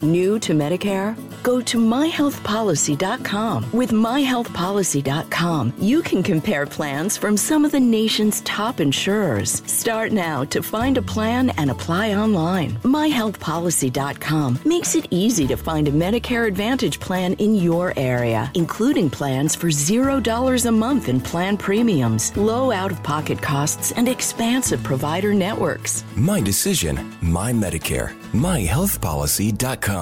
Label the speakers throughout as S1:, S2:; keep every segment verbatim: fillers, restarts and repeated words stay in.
S1: New to Medicare? Go to my health policy dot com. With my health policy dot com, you can compare plans from some of the nation's top insurers. Start now to find a plan and apply online. my health policy dot com makes it easy to find a Medicare Advantage plan in your area, including plans for zero dollars a month in plan premiums, low out-of-pocket costs, and expansive provider networks.
S2: My decision, my Medicare. my health policy dot com.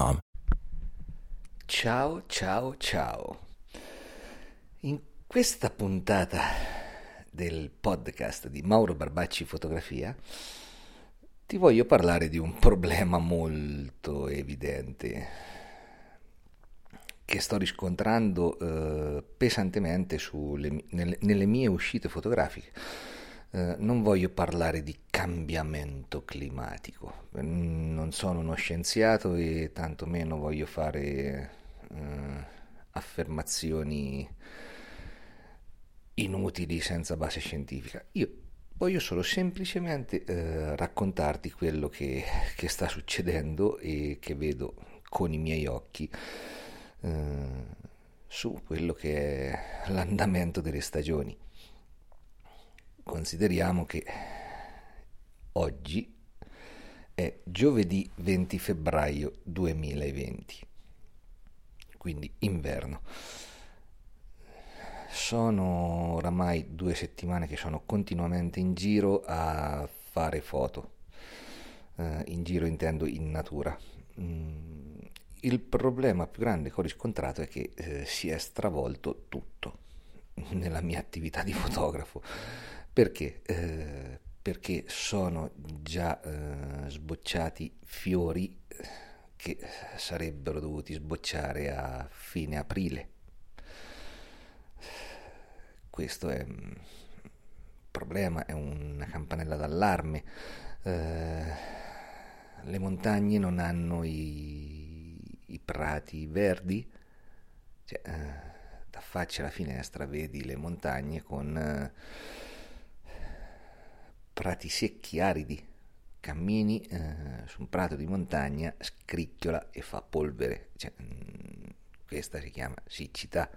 S3: Ciao, ciao, ciao. In questa puntata del podcast di Mauro Barbacci Fotografia ti voglio parlare di un problema molto evidente che sto riscontrando eh, pesantemente sulle, nelle, nelle mie uscite fotografiche. Uh, non voglio parlare di cambiamento climatico, non sono uno scienziato e tantomeno voglio fare uh, affermazioni inutili senza base scientifica. Io voglio solo semplicemente uh, raccontarti quello che, che sta succedendo e che vedo con i miei occhi uh, su quello che è l'andamento delle stagioni. Consideriamo che oggi è giovedì venti febbraio duemilaventi, quindi inverno. Sono oramai due settimane che sono continuamente in giro a fare foto, uh, in giro intendo in natura. Mm, il problema più grande che ho riscontrato è che eh, si è stravolto tutto nella mia attività di fotografo. Perché? Eh, perché sono già eh, sbocciati fiori che sarebbero dovuti sbocciare a fine aprile. Questo è un problema, è una campanella d'allarme. Eh, le montagne non hanno i, i prati verdi, cioè, eh, da faccia alla finestra vedi le montagne con eh, prati secchi, aridi, cammini eh, su un prato di montagna, scricchiola e fa polvere, cioè, mh, questa si chiama siccità.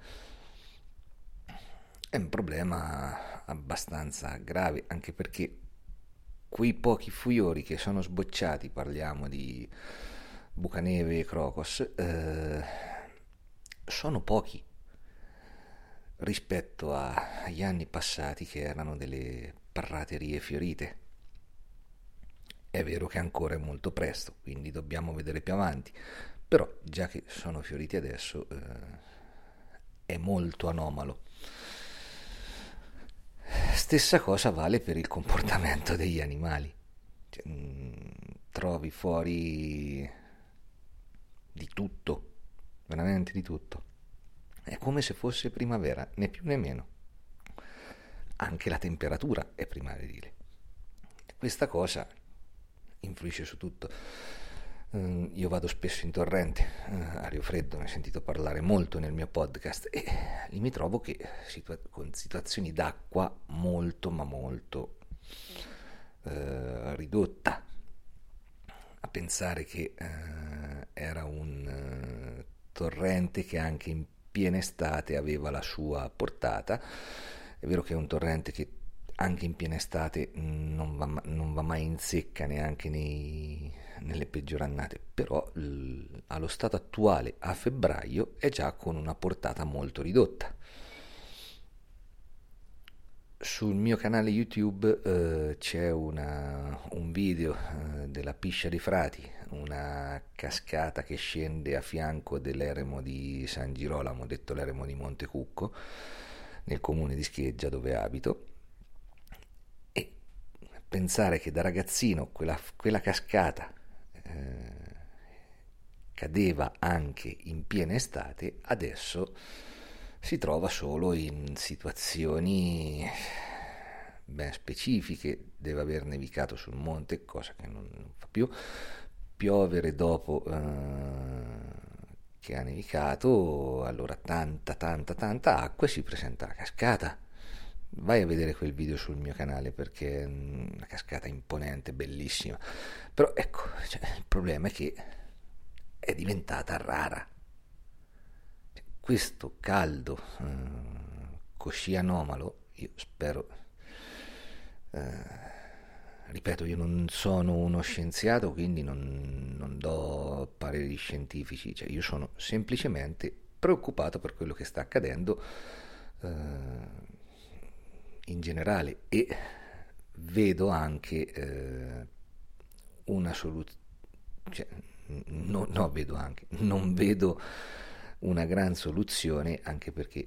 S3: È un problema abbastanza grave, anche perché quei pochi fiori che sono sbocciati, parliamo di bucaneve e crocos, eh, sono pochi rispetto a, agli anni passati che erano delle praterie fiorite. È vero che ancora è molto presto, quindi dobbiamo vedere più avanti, però già che sono fioriti adesso eh, è molto anomalo. Stessa cosa vale per il comportamento degli animali. Cioè, mh, trovi fuori di tutto, veramente di tutto. È come se fosse primavera, né più né meno. Anche la temperatura è primaverile. Questa cosa influisce su tutto. Uh, io vado spesso in torrente, uh, a Rio Freddo, ne ho sentito parlare molto nel mio podcast e lì mi trovo che situa- con situazioni d'acqua molto ma molto uh, ridotta. A pensare che uh, era un uh, torrente che anche in piena estate aveva la sua portata. È vero che è un torrente che anche in piena estate non va, non va mai in secca, neanche nei, nelle peggiori annate, però l, allo stato attuale a febbraio è già con una portata molto ridotta. Sul mio canale YouTube eh, c'è una, un video eh, della Piscia dei Frati, una cascata che scende a fianco dell'eremo di San Girolamo, detto l'eremo di Montecucco, nel comune di Scheggia dove abito. E pensare che da ragazzino quella, quella cascata eh, cadeva anche in piena estate, adesso si trova solo in situazioni ben specifiche. Deve aver nevicato sul monte, cosa che non, non fa più, piovere dopo eh, che ha nevicato, allora tanta tanta tanta acqua e si presenta la cascata. Vai a vedere quel video sul mio canale perché è una cascata imponente, bellissima. Però ecco, cioè, il problema è che è diventata rara. Questo caldo eh, così anomalo, io spero, eh, ripeto, io non sono uno scienziato, quindi non, non do pareri scientifici, cioè io sono semplicemente preoccupato per quello che sta accadendo eh, in generale, e vedo anche eh, una soluzione, cioè, no, no, vedo anche, non vedo una gran soluzione, anche perché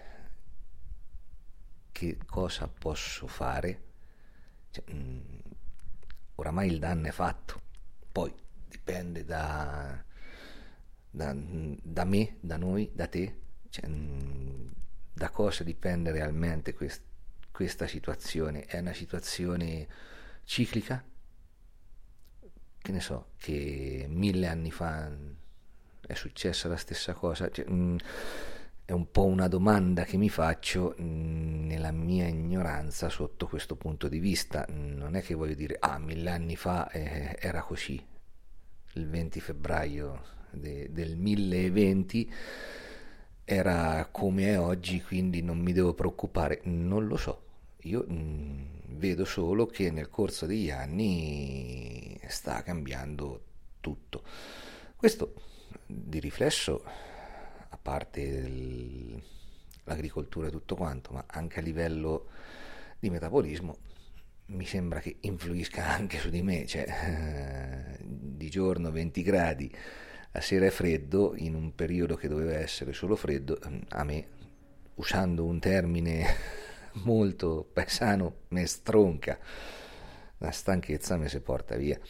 S3: che cosa posso fare? Cioè, mh, oramai il danno è fatto, poi dipende da, da, da me, da noi, da te, cioè, mh, da cosa dipende realmente quest, questa situazione. È una situazione ciclica? Che ne so, che mille anni fa è successa la stessa cosa? Cioè, mh, è un po' una domanda che mi faccio mh, nella mia ignoranza sotto questo punto di vista. Non è che voglio dire, ah, mille anni fa eh, era così, il venti febbraio de, del milleeventi era come è oggi, quindi non mi devo preoccupare. Non lo so. Io mh, vedo solo che nel corso degli anni sta cambiando tutto. Questo di riflesso, a parte il, l'agricoltura e tutto quanto, ma anche a livello di metabolismo, mi sembra che influisca anche su di me. Cioè, eh, di giorno venti gradi, a sera è freddo, in un periodo che doveva essere solo freddo, a me, usando un termine molto paesano, me stronca, la stanchezza me si porta via.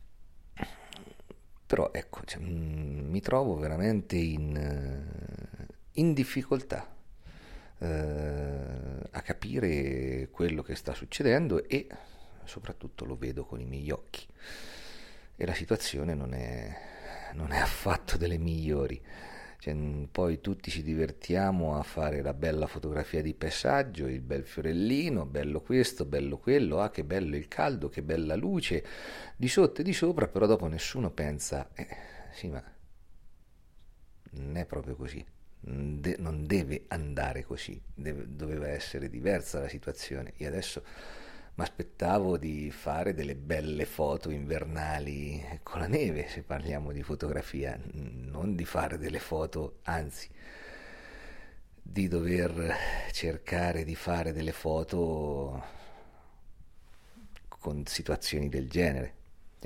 S3: Però ecco, cioè, mh, mi trovo veramente in, in difficoltà eh, a capire quello che sta succedendo, e soprattutto lo vedo con i miei occhi, e la situazione non è, non è affatto delle migliori. Cioè, poi tutti ci divertiamo a fare la bella fotografia di paesaggio, il bel fiorellino, bello questo, bello quello, ah che bello il caldo, che bella luce, di sotto e di sopra, però dopo nessuno pensa, eh, sì, ma non è proprio così, non, de- non deve andare così, deve- doveva essere diversa la situazione. Io adesso mi aspettavo di fare delle belle foto invernali con la neve, se parliamo di fotografia, non di fare delle foto, anzi, di dover cercare di fare delle foto con situazioni del genere.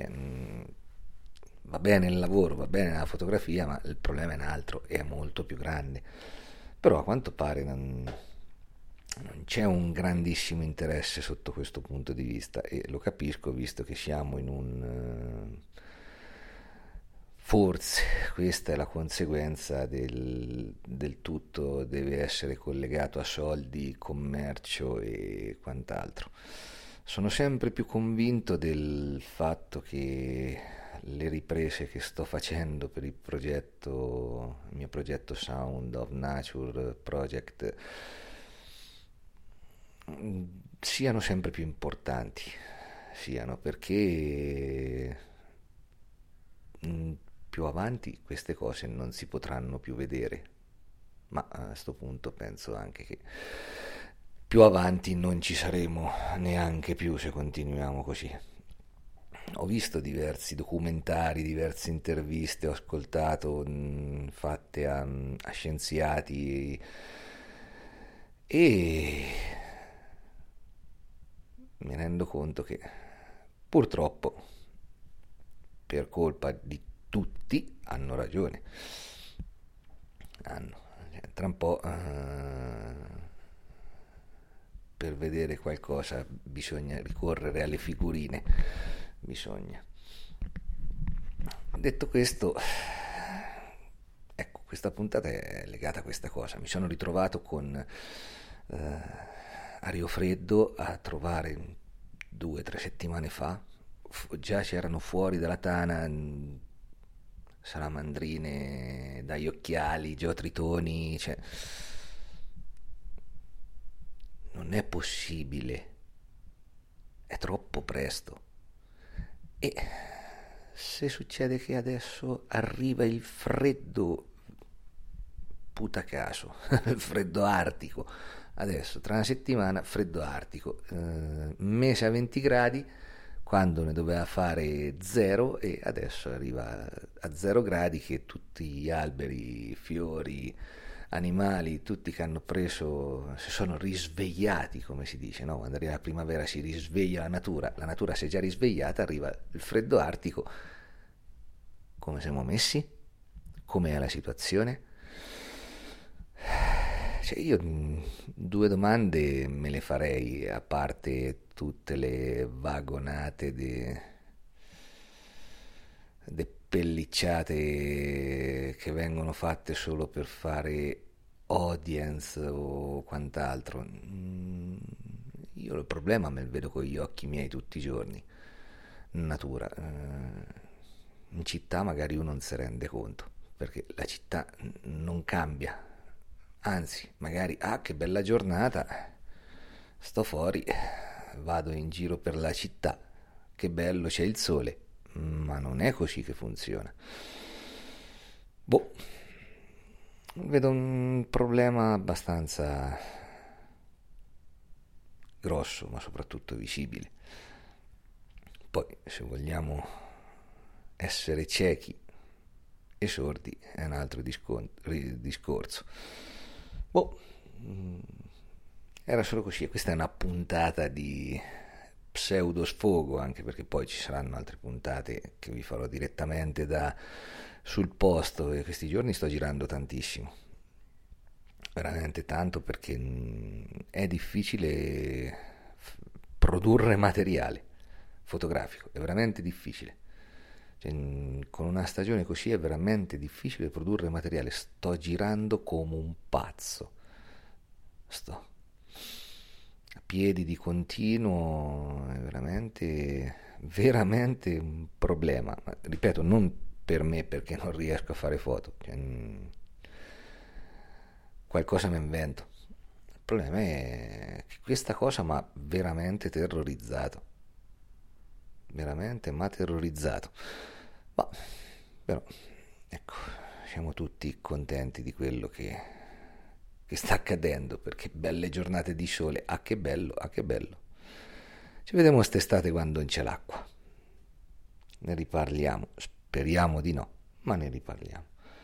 S3: Va bene il lavoro, va bene la fotografia, ma il problema è un altro, è molto più grande. Però a quanto pare non... non c'è un grandissimo interesse sotto questo punto di vista, e lo capisco, visto che siamo in un uh, forse questa è la conseguenza del, del tutto deve essere collegato a soldi, commercio e quant'altro. Sono sempre più convinto del fatto che le riprese che sto facendo per il progetto, il mio progetto Sound of Nature Project, siano sempre più importanti, siano perché più avanti queste cose non si potranno più vedere, ma a questo punto penso anche che più avanti non ci saremo neanche più se continuiamo così. Ho visto diversi documentari, diverse interviste, ho ascoltato mh, fatte a, a scienziati, e mi rendo conto che purtroppo per colpa di tutti hanno ragione. Hanno. Tra un po' uh, per vedere qualcosa bisogna ricorrere alle figurine. Bisogna. Detto questo, ecco, questa puntata è legata a questa cosa. Mi sono ritrovato con uh, a Rio Freddo a trovare due o tre settimane fa, già c'erano fuori dalla tana salamandrine dagli occhiali, geotritoni, cioè non è possibile, è troppo presto. E se succede che adesso arriva il freddo, puta caso, il freddo artico, adesso tra una settimana freddo artico, eh, mese a venti gradi, quando ne doveva fare zero, e adesso arriva a zero gradi, che tutti gli alberi, fiori, animali, tutti che hanno preso, si sono risvegliati, come si dice, no? Quando arriva la primavera si risveglia la natura, la natura si è già risvegliata, arriva il freddo artico. Come siamo messi? Com'è la situazione? Cioè io due domande me le farei, a parte tutte le vagonate de, de pellicciate che vengono fatte solo per fare audience o quant'altro. Io il problema me lo vedo con gli occhi miei tutti i giorni. Natura, in città magari uno non si rende conto, perché la città non cambia. Anzi, magari, ah, che bella giornata, sto fuori, vado in giro per la città, che bello, c'è il sole, ma non è così che funziona. Boh, vedo un problema abbastanza grosso, ma soprattutto visibile. Poi, se vogliamo essere ciechi e sordi, è un altro discon- discorso. Boh, era solo così, e questa è una puntata di pseudo sfogo, anche perché poi ci saranno altre puntate che vi farò direttamente da sul posto, e questi giorni sto girando tantissimo, veramente tanto, perché è difficile produrre materiale fotografico, è veramente difficile. Cioè, con una stagione così è veramente difficile produrre materiale. Sto girando come un pazzo, sto a piedi di continuo, è veramente veramente un problema. Ma, ripeto, non per me, perché non riesco a fare foto, cioè, qualcosa mi invento. Il problema è che questa cosa mi ha veramente terrorizzato, veramente mi ha terrorizzato. Ma però, ecco, siamo tutti contenti di quello che, che sta accadendo, perché belle giornate di sole, ah che bello, ah che bello. Ci vediamo quest'estate quando non c'è l'acqua, ne riparliamo, speriamo di no, ma ne riparliamo.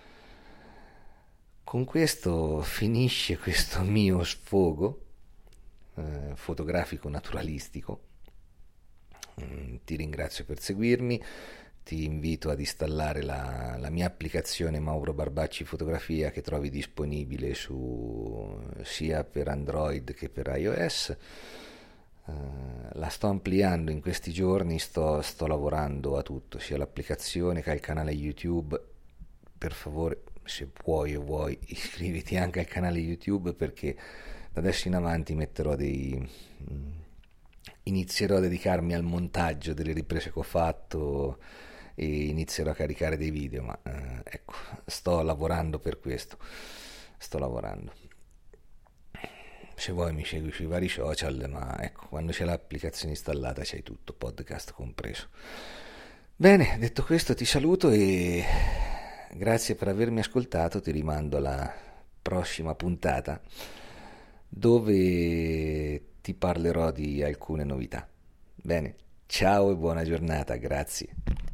S3: Con questo finisce questo mio sfogo eh, fotografico naturalistico. Mm, ti ringrazio per seguirmi, ti invito ad installare la, la mia applicazione Mauro Barbacci Fotografia, che trovi disponibile su, sia per Android che per iOS. Uh, la sto ampliando in questi giorni, sto, sto lavorando a tutto, sia l'applicazione che al canale YouTube. Per favore, se puoi e vuoi, iscriviti anche al canale YouTube, perché da adesso in avanti metterò dei... Mm, inizierò a dedicarmi al montaggio delle riprese che ho fatto e inizierò a caricare dei video, ma eh, ecco, sto lavorando per questo, sto lavorando. Se vuoi mi segui sui vari social, ma ecco, quando c'è l'applicazione installata c'hai tutto, podcast compreso. Bene, detto questo ti saluto e grazie per avermi ascoltato, ti rimando alla prossima puntata dove ti parlerò di alcune novità. Bene, ciao e buona giornata, grazie.